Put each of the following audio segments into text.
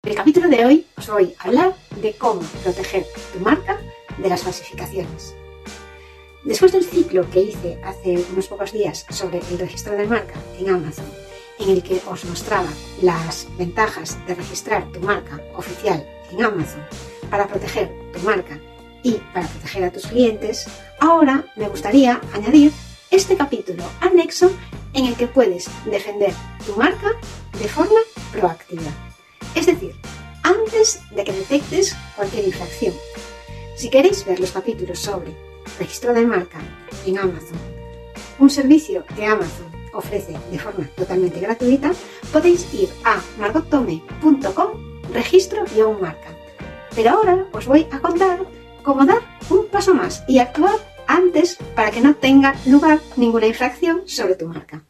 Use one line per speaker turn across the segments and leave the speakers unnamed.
En el capítulo de hoy os voy a hablar de cómo proteger tu marca de las falsificaciones. Después del ciclo que hice hace unos pocos días sobre el registro de marca en Amazon, en el que os mostraba las ventajas de registrar tu marca oficial en Amazon para proteger tu marca y para proteger a tus clientes, ahora me gustaría añadir este capítulo anexo en el que puedes defender tu marca de forma proactiva. Es decir, antes de que detectes cualquier infracción. Si queréis ver los capítulos sobre registro de marca en Amazon, un servicio que Amazon ofrece de forma totalmente gratuita, podéis ir a margottome.com registro-marca. Pero ahora os voy a contar cómo dar un paso más y actuar antes para que no tenga lugar ninguna infracción sobre tu marca.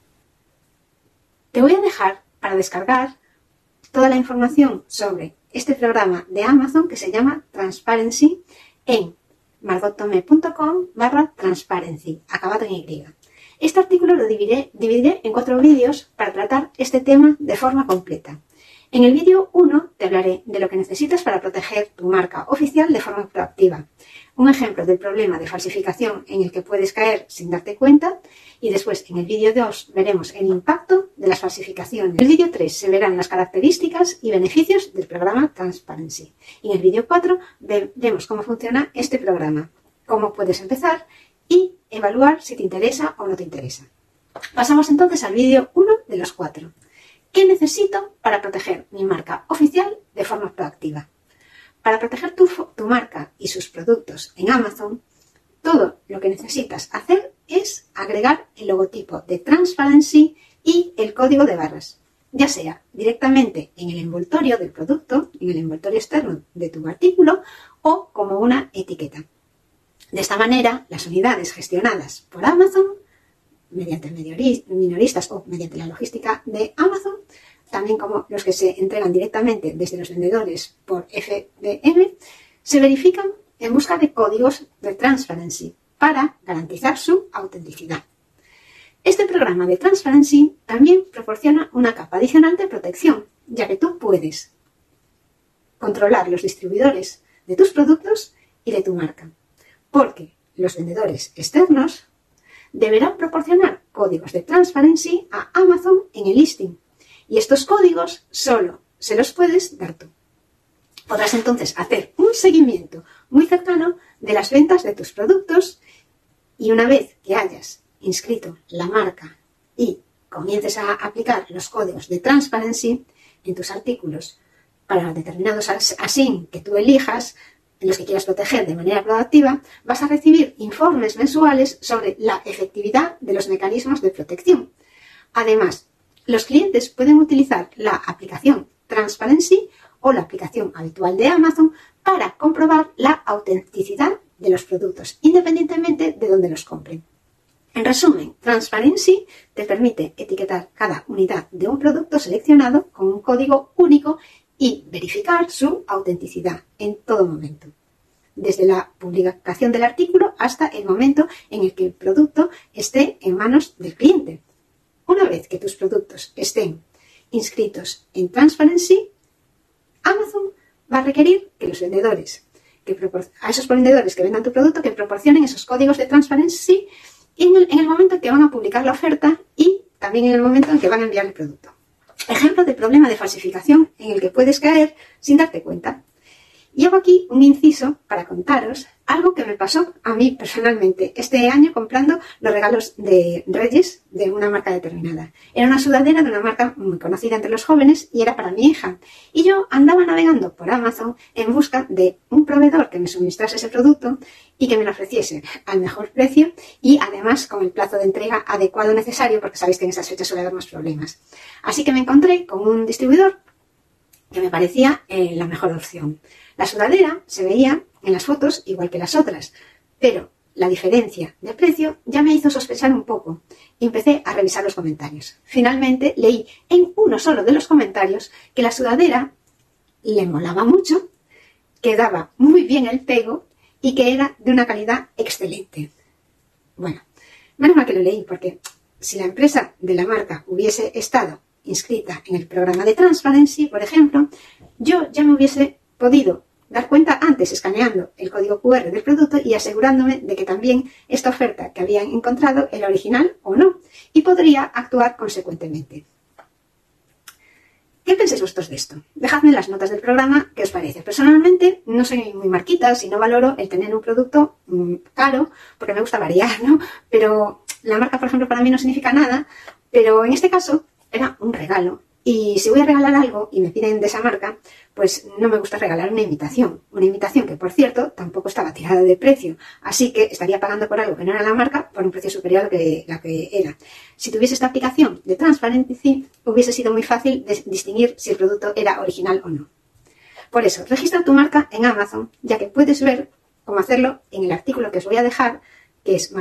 Te voy a dejar para descargar toda la información sobre este programa de Amazon que se llama Transparency en margottome.com/transparency, acabado en Y. Este artículo lo dividiré en 4 vídeos para tratar este tema de forma completa. En el vídeo 1 te hablaré de lo que necesitas para proteger tu marca oficial de forma proactiva, un ejemplo del problema de falsificación en el que puedes caer sin darte cuenta, y después en el vídeo 2 veremos el impacto de las falsificaciones. En el vídeo 3 se verán las características y beneficios del programa Transparency. Y en el vídeo 4 veremos cómo funciona este programa, cómo puedes empezar y evaluar si te interesa o no te interesa. Pasamos entonces al vídeo 1 de los 4. ¿Qué necesito para proteger mi marca oficial de forma proactiva? Para proteger tu marca y sus productos en Amazon, todo lo que necesitas hacer es agregar el logotipo de Transparency y el código de barras, ya sea directamente en el envoltorio del producto, en el envoltorio externo de tu artículo o como una etiqueta. De esta manera, las unidades gestionadas por Amazon, mediante minoristas o mediante la logística de Amazon, también como los que se entregan directamente desde los vendedores por FBM, se verifican en busca de códigos de Transparency para garantizar su autenticidad. Este programa de Transparency también proporciona una capa adicional de protección, ya que tú puedes controlar los distribuidores de tus productos y de tu marca, porque los vendedores externos deberán proporcionar códigos de Transparency a Amazon en el listing, y estos códigos solo se los puedes dar tú. Podrás entonces hacer un seguimiento muy cercano de las ventas de tus productos, y una vez que hayas inscrito la marca y comiences a aplicar los códigos de Transparency en tus artículos para determinados ASIN que tú elijas, en los que quieras proteger de manera proactiva, vas a recibir informes mensuales sobre la efectividad de los mecanismos de protección. Además, los clientes pueden utilizar la aplicación Transparency o la aplicación habitual de Amazon para comprobar la autenticidad de los productos, independientemente de dónde los compren. En resumen, Transparency te permite etiquetar cada unidad de un producto seleccionado con un código único y verificar su autenticidad en todo momento, desde la publicación del artículo hasta el momento en el que el producto esté en manos del cliente. Una vez que tus productos estén inscritos en Transparency, Amazon va a requerir que los vendedores, a esos vendedores que vendan tu producto, que proporcionen esos códigos de Transparency en el momento en que van a publicar la oferta y también en el momento en que van a enviar el producto. Ejemplo de problema de falsificación en el que puedes caer sin darte cuenta. Y hago aquí un inciso para contaros algo que me pasó a mí personalmente este año comprando los regalos de Reyes de una marca determinada. Era una sudadera de una marca muy conocida entre los jóvenes y era para mi hija. Y yo andaba navegando por Amazon en busca de un proveedor que me suministrase ese producto y que me lo ofreciese al mejor precio y además con el plazo de entrega adecuado necesario, porque sabéis que en esas fechas suele haber más problemas. Así que me encontré con un distribuidor que me parecía la mejor opción. La sudadera se veía en las fotos igual que las otras, pero la diferencia de precio ya me hizo sospechar un poco y empecé a revisar los comentarios. Finalmente leí en uno solo de los comentarios que la sudadera le molaba mucho, que daba muy bien el pego y que era de una calidad excelente. Bueno, menos mal que lo leí, porque si la empresa de la marca hubiese estado inscrita en el programa de Transparency, por ejemplo, yo ya me hubiese podido dar cuenta antes escaneando el código QR del producto y asegurándome de que también esta oferta que habían encontrado era original o no, y podría actuar consecuentemente. ¿Qué pensáis vosotros de esto? Dejadme en las notas del programa qué os parece. Personalmente no soy muy marquita, si no valoro el tener un producto caro, porque me gusta variar, ¿no? Pero la marca, por ejemplo, para mí no significa nada, pero en este caso era un regalo. Y si voy a regalar algo y me piden de esa marca, pues no me gusta regalar una imitación. Una imitación que, por cierto, tampoco estaba tirada de precio. Así que estaría pagando por algo que no era la marca por un precio superior a lo que era. Si tuviese esta aplicación de Transparency, hubiese sido muy fácil distinguir si el producto era original o no. Por eso, registra tu marca en Amazon, ya que puedes ver cómo hacerlo en el artículo que os voy a dejar, que es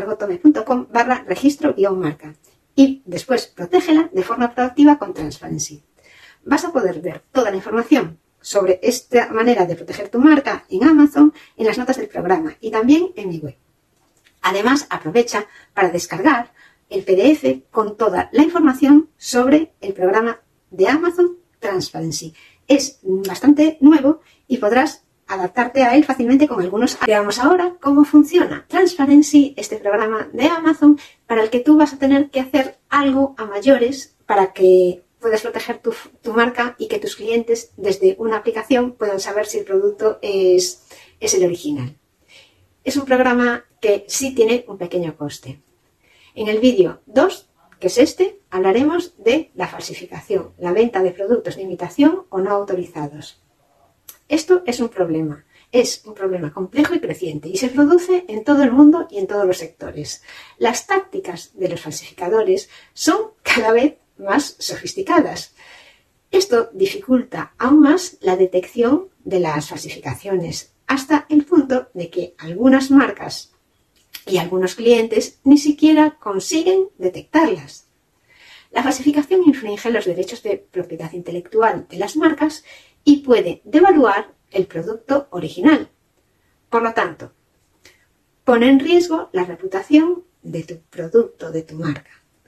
margotome.com/registro-marca. Y después protégela de forma proactiva con Transparency. Vas a poder ver toda la información sobre esta manera de proteger tu marca en Amazon en las notas del programa y también en mi web. Además, aprovecha para descargar el PDF con toda la información sobre el programa de Amazon Transparency. Es bastante nuevo y podrás adaptarte a él fácilmente con algunos. Veamos ahora cómo funciona Transparency, este programa de Amazon, para el que tú vas a tener que hacer algo a mayores para que puedas proteger tu marca y que tus clientes desde una aplicación puedan saber si el producto es el original. Es un programa que sí tiene un pequeño coste. En el vídeo 2, que es este, hablaremos de la falsificación, la venta de productos de imitación o no autorizados. Esto es un problema complejo y creciente y se produce en todo el mundo y en todos los sectores. Las tácticas de los falsificadores son cada vez más sofisticadas. Esto dificulta aún más la detección de las falsificaciones, hasta el punto de que algunas marcas y algunos clientes ni siquiera consiguen detectarlas. La falsificación infringe los derechos de propiedad intelectual de las marcas y puede devaluar el producto original. Por lo tanto, pone en riesgo la reputación de tu producto, de tu marca.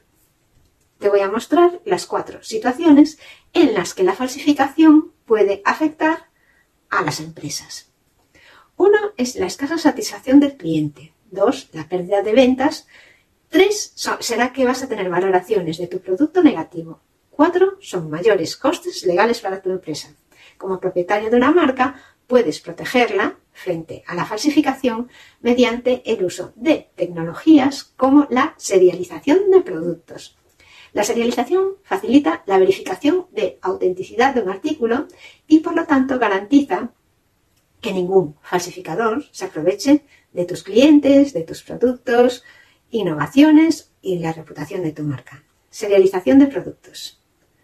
Te voy a mostrar las 4 situaciones en las que la falsificación puede afectar a las empresas. 1 es la escasa satisfacción del cliente. 2, la pérdida de ventas. 3, será que vas a tener valoraciones de tu producto negativo. 4, son mayores costes legales para tu empresa. Como propietario de una marca, puedes protegerla frente a la falsificación mediante el uso de tecnologías como la serialización de productos. La serialización facilita la verificación de autenticidad de un artículo y, por lo tanto, garantiza que ningún falsificador se aproveche de tus clientes, de tus productos, innovaciones y la reputación de tu marca. Serialización de productos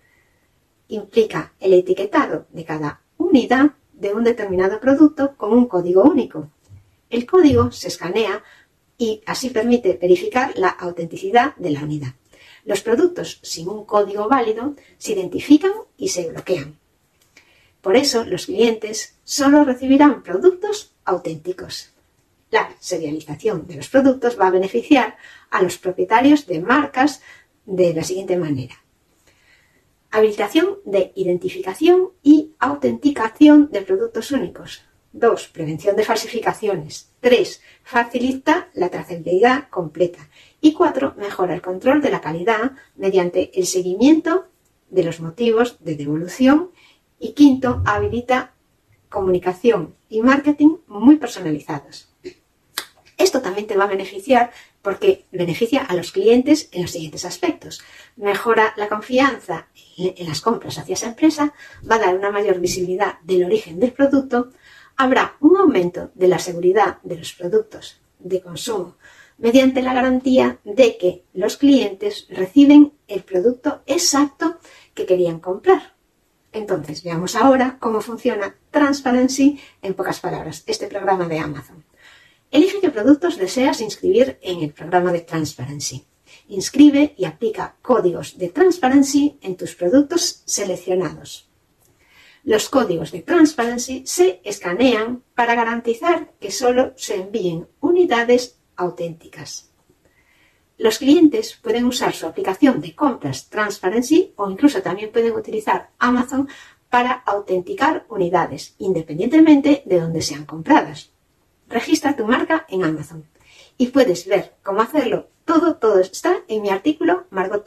implica el etiquetado de cada unidad de un determinado producto con un código único. El código se escanea y así permite verificar la autenticidad de la unidad. Los productos sin un código válido se identifican y se bloquean. Por eso, los clientes solo recibirán productos auténticos. La serialización de los productos va a beneficiar a los propietarios de marcas de la siguiente manera. Habilitación de identificación y autenticación de productos únicos. 2. Prevención de falsificaciones. 3. Facilita la trazabilidad completa. Y 4. Mejora el control de la calidad mediante el seguimiento de los motivos de devolución. Y 5. Habilita comunicación y marketing muy personalizados. Esto también te va a beneficiar porque beneficia a los clientes en los siguientes aspectos. Mejora la confianza en las compras hacia esa empresa, va a dar una mayor visibilidad del origen del producto, habrá un aumento de la seguridad de los productos de consumo mediante la garantía de que los clientes reciben el producto exacto que querían comprar. Entonces, veamos ahora cómo funciona Transparency en pocas palabras, este programa de Amazon. Elige qué productos deseas inscribir en el programa de Transparency. Inscribe y aplica códigos de Transparency en tus productos seleccionados. Los códigos de Transparency se escanean para garantizar que solo se envíen unidades auténticas. Los clientes pueden usar su aplicación de compras Transparency o incluso también pueden utilizar Amazon para autenticar unidades, independientemente de dónde sean compradas. Registra tu marca en Amazon y puedes ver cómo hacerlo. Todo está en mi artículo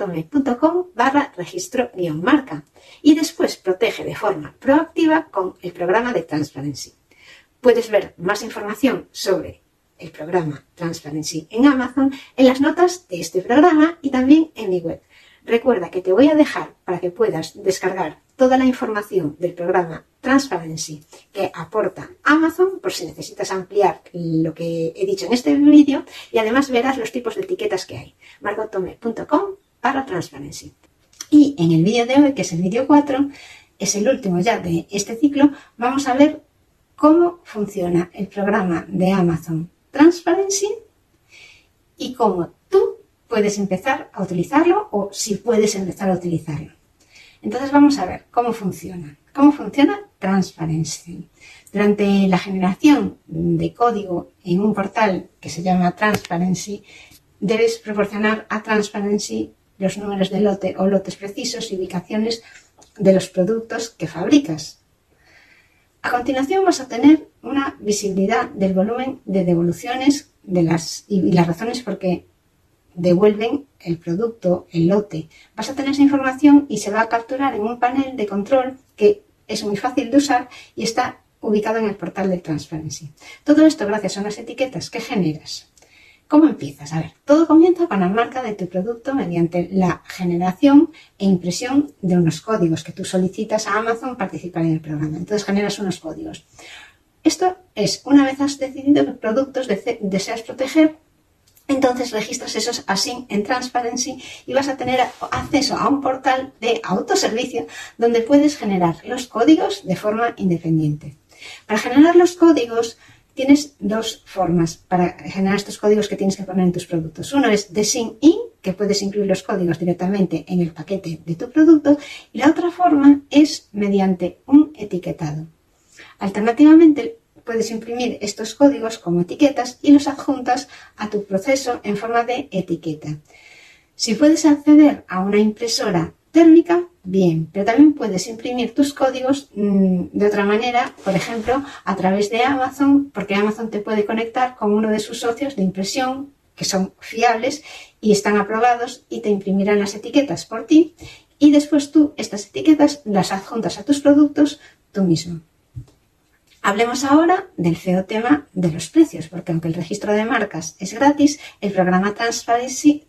margottome.com/registro-marca y después protege de forma proactiva con el programa de Transparency. Puedes ver más información sobre el programa Transparency en Amazon en las notas de este programa y también en mi web. Recuerda que te voy a dejar para que puedas descargar toda la información del programa Transparency que aporta Amazon por si necesitas ampliar lo que he dicho en este vídeo y además verás los tipos de etiquetas que hay. margottome.com/transparency. Y en el vídeo de hoy, que es el vídeo 4, es el último ya de este ciclo, vamos a ver cómo funciona el programa de Amazon Transparency y cómo tú puedes empezar a utilizarlo o si puedes empezar a utilizarlo. Entonces vamos a ver cómo funciona. ¿Cómo funciona Transparency? Durante la generación de código en un portal que se llama Transparency, debes proporcionar a Transparency los números de lote o lotes precisos y ubicaciones de los productos que fabricas. A continuación vas a tener una visibilidad del volumen de devoluciones y las razones por qué devuelven el producto, el lote. Vas a tener esa información y se va a capturar en un panel de control que es muy fácil de usar y está ubicado en el portal de Transparency. Todo esto gracias a unas etiquetas que generas. ¿Cómo empiezas? A ver, todo comienza con la marca de tu producto mediante la generación e impresión de unos códigos que tú solicitas a Amazon participar en el programa. Entonces generas unos códigos. Esto es, una vez has decidido qué productos deseas proteger, entonces registras esos así en Transparency y vas a tener acceso a un portal de autoservicio donde puedes generar los códigos de forma independiente. Para generar los códigos tienes dos formas para generar estos códigos que tienes que poner en tus productos. Uno es de Sign-in, que puedes incluir los códigos directamente en el paquete de tu producto, y la otra forma es mediante un etiquetado. Alternativamente, puedes imprimir estos códigos como etiquetas y los adjuntas a tu proceso en forma de etiqueta. Si puedes acceder a una impresora térmica, bien, pero también puedes imprimir tus códigos de otra manera, por ejemplo, a través de Amazon, porque Amazon te puede conectar con uno de sus socios de impresión, que son fiables y están aprobados y te imprimirán las etiquetas por ti y después tú estas etiquetas las adjuntas a tus productos tú mismo. Hablemos ahora del feo tema de los precios, porque aunque el registro de marcas es gratis, el programa Transparency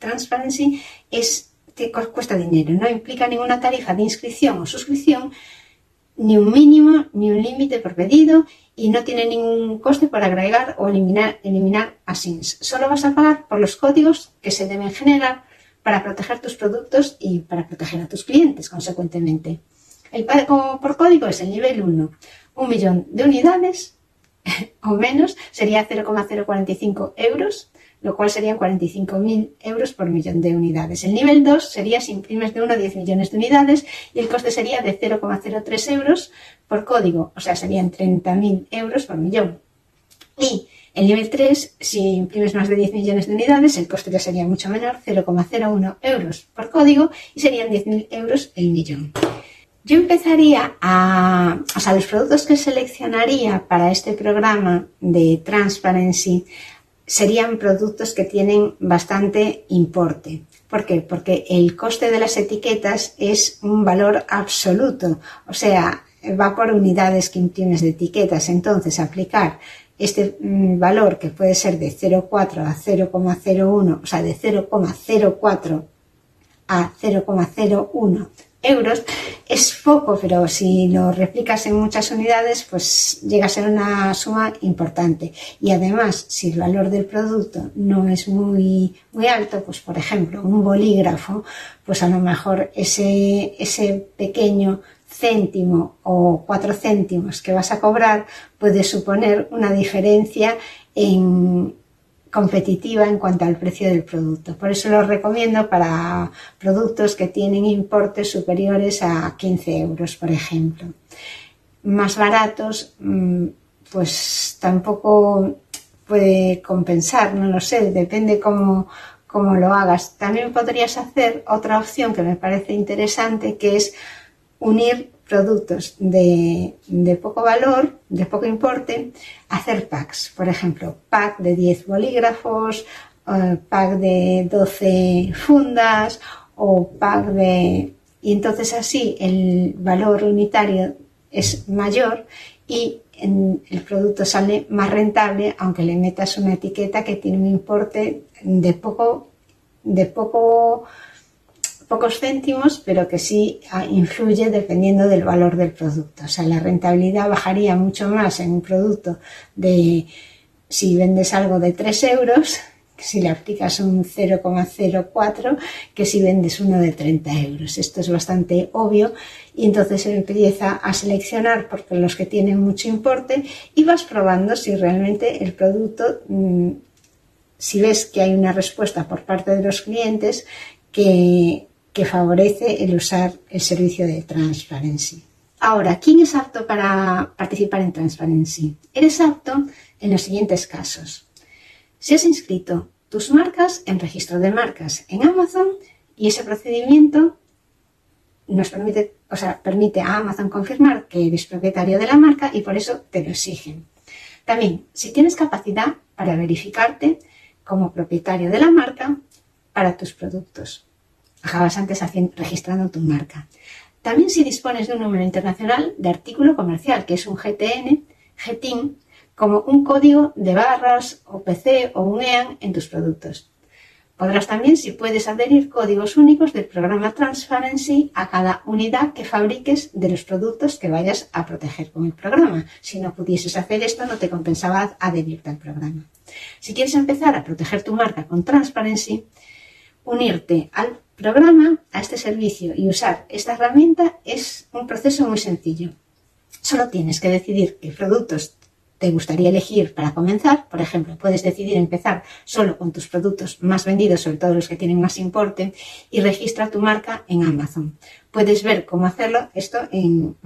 cuesta dinero, no implica ninguna tarifa de inscripción o suscripción, ni un mínimo, ni un límite por pedido y no tiene ningún coste por agregar o eliminar asins. Solo vas a pagar por los códigos que se deben generar para proteger tus productos y para proteger a tus clientes, consecuentemente. El pago por código es el nivel 1. 1 millón de unidades o menos sería 0,045 euros, lo cual serían 45.000 euros por millón de unidades. El nivel 2 sería si imprimes de 1 a 10 millones de unidades y el coste sería de 0,03 euros por código, o sea, serían 30.000 euros por millón. Y el nivel 3, si imprimes más de 10 millones de unidades, el coste ya sería mucho menor, 0,01 euros por código y serían 10.000 euros el millón. Yo empezaría los productos que seleccionaría para este programa de Transparency serían productos que tienen bastante importe. ¿Por qué? Porque el coste de las etiquetas es un valor absoluto, o sea, va por unidades que imprimes de etiquetas. Entonces, aplicar este valor que puede ser de 0,4 a 0,01, o sea, de 0,04 a 0,01 euros es poco, pero si lo replicas en muchas unidades, pues llega a ser una suma importante. Y además, si el valor del producto no es muy alto, pues por ejemplo, un bolígrafo, pues a lo mejor ese pequeño céntimo o 4 céntimos que vas a cobrar puede suponer una diferencia competitiva en cuanto al precio del producto. Por eso lo recomiendo para productos que tienen importes superiores a 15 euros, por ejemplo. Más baratos, pues tampoco puede compensar, no lo sé, depende cómo cómo lo hagas. También podrías hacer otra opción que me parece interesante, que es unir productos de poco valor, de poco importe, hacer packs. Por ejemplo, pack de 10 bolígrafos, pack de 12 fundas o pack de... Y entonces así el valor unitario es mayor y el producto sale más rentable, aunque le metas una etiqueta que tiene un importe de pocos céntimos, pero que sí influye dependiendo del valor del producto. O sea, la rentabilidad bajaría mucho más en un producto de, si vendes algo de 3 euros, si le aplicas un 0,04, que si vendes uno de 30 euros. Esto es bastante obvio y entonces se empieza a seleccionar por los que tienen mucho importe y vas probando si realmente el producto, si ves que hay una respuesta por parte de los clientes que favorece el usar el servicio de Transparency. Ahora, ¿quién es apto para participar en Transparency? Eres apto en los siguientes casos. Si has inscrito tus marcas en registro de marcas en Amazon y ese procedimiento permite a Amazon confirmar que eres propietario de la marca y por eso te lo exigen. También, si tienes capacidad para verificarte como propietario de la marca para tus productos. Acabas antes registrando tu marca. También si dispones de un número internacional de artículo comercial, que es un GTIN, como un código de barras o PC o un EAN en tus productos. Podrás también, si puedes, adherir códigos únicos del programa Transparency a cada unidad que fabriques de los productos que vayas a proteger con el programa. Si no pudieses hacer esto, no te compensaba adherirte al programa. Si quieres empezar a proteger tu marca con Transparency, unirte al programa, a este servicio y usar esta herramienta es un proceso muy sencillo. Solo tienes que decidir qué productos te gustaría elegir para comenzar. Por ejemplo, puedes decidir empezar solo con tus productos más vendidos, sobre todo los que tienen más importe, y registra tu marca en Amazon. Puedes ver cómo hacerlo, esto en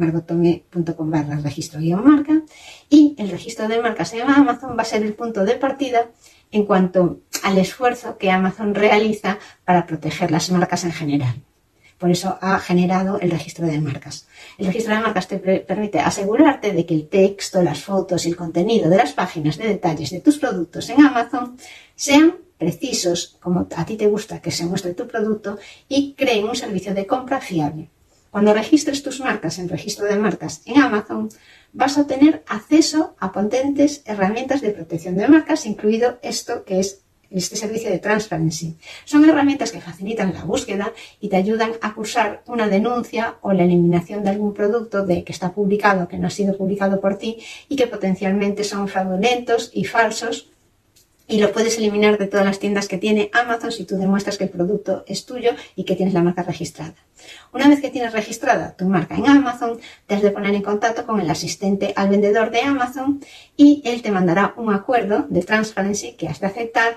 margottome.com/registro-marca, y el registro de marcas en Amazon va a ser el punto de partida en cuanto al esfuerzo que Amazon realiza para proteger las marcas en general. Por eso ha generado el registro de marcas. El registro de marcas te permite asegurarte de que el texto, las fotos y el contenido de las páginas de detalles de tus productos en Amazon sean precisos, como a ti te gusta que se muestre tu producto, y creen un servicio de compra fiable. Cuando registres tus marcas en registro de marcas en Amazon, vas a tener acceso a potentes herramientas de protección de marcas, incluido esto que es este servicio de Transparency. Son herramientas que facilitan la búsqueda y te ayudan a cursar una denuncia o la eliminación de algún producto que está publicado, que no ha sido publicado por ti y que potencialmente son fraudulentos y falsos, y lo puedes eliminar de todas las tiendas que tiene Amazon si tú demuestras que el producto es tuyo y que tienes la marca registrada. Una vez que tienes registrada tu marca en Amazon, te has de poner en contacto con el asistente al vendedor de Amazon y él te mandará un acuerdo de Transparency que has de aceptar,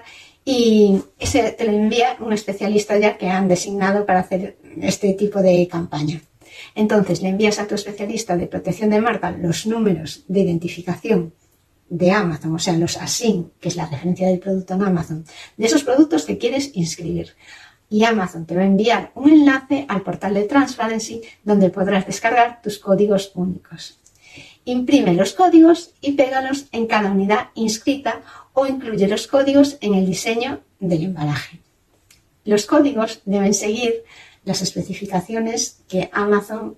y ese te lo envía un especialista ya que han designado para hacer este tipo de campaña. Entonces le envías a tu especialista de protección de marca los números de identificación de Amazon, o sea, los ASIN, que es la referencia del producto en Amazon, de esos productos que quieres inscribir. Y Amazon te va a enviar un enlace al portal de Transparency donde podrás descargar tus códigos únicos. Imprime los códigos y pégalos en cada unidad inscrita o incluye los códigos en el diseño del embalaje. Los códigos deben seguir las especificaciones que Amazon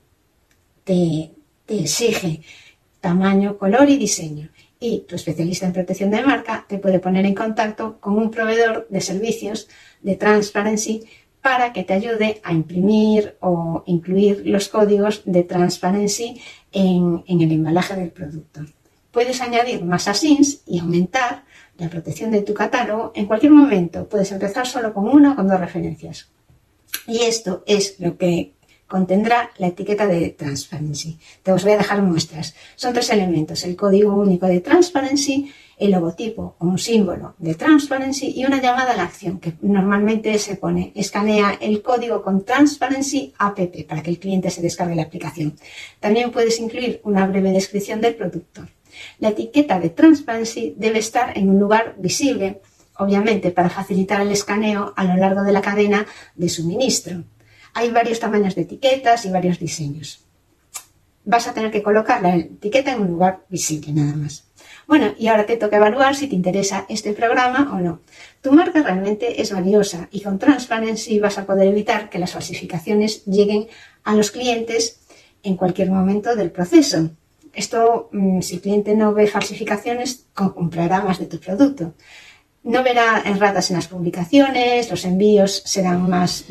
te exige: tamaño, color y diseño. Y tu especialista en protección de marca te puede poner en contacto con un proveedor de servicios de Transparency para que te ayude a imprimir o incluir los códigos de Transparency en el embalaje del producto. Puedes añadir más ASINs y aumentar la protección de tu catálogo en cualquier momento. Puedes empezar solo con una o con 2 referencias. Y esto es lo que contendrá la etiqueta de Transparency. Te os voy a dejar muestras. Son 3 elementos: el código único de Transparency, el logotipo o un símbolo de Transparency y una llamada a la acción que normalmente se pone: escanea el código con Transparency app para que el cliente se descargue la aplicación. También puedes incluir una breve descripción del producto. La etiqueta de Transparency debe estar en un lugar visible obviamente para facilitar el escaneo a lo largo de la cadena de suministro. Hay varios tamaños de etiquetas y varios diseños. Vas a tener que colocar la etiqueta en un lugar visible nada más. Bueno, y ahora te toca evaluar si te interesa este programa o no. Tu marca realmente es valiosa y con Transparency vas a poder evitar que las falsificaciones lleguen a los clientes en cualquier momento del proceso. Esto, si el cliente no ve falsificaciones, comprará más de tu producto. No verá erratas en las publicaciones, los envíos serán más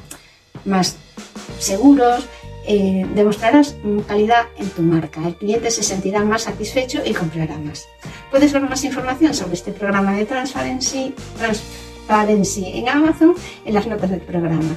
seguros, demostrarás calidad en tu marca. El cliente se sentirá más satisfecho y comprará más. Puedes ver más información sobre este programa de Transparency en Amazon en las notas del programa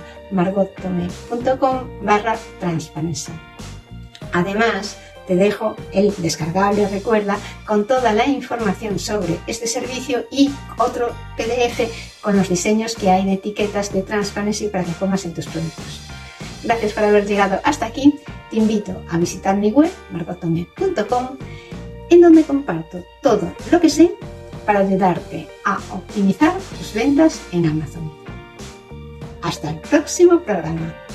margottome.com/transparency. Además, te dejo el descargable, recuerda, con toda la información sobre este servicio y otro PDF con los diseños que hay de etiquetas de Transparency para que pongas en tus productos. Gracias por haber llegado hasta aquí. Te invito a visitar mi web margottome.com, en donde comparto todo lo que sé para ayudarte a optimizar tus ventas en Amazon. Hasta el próximo programa.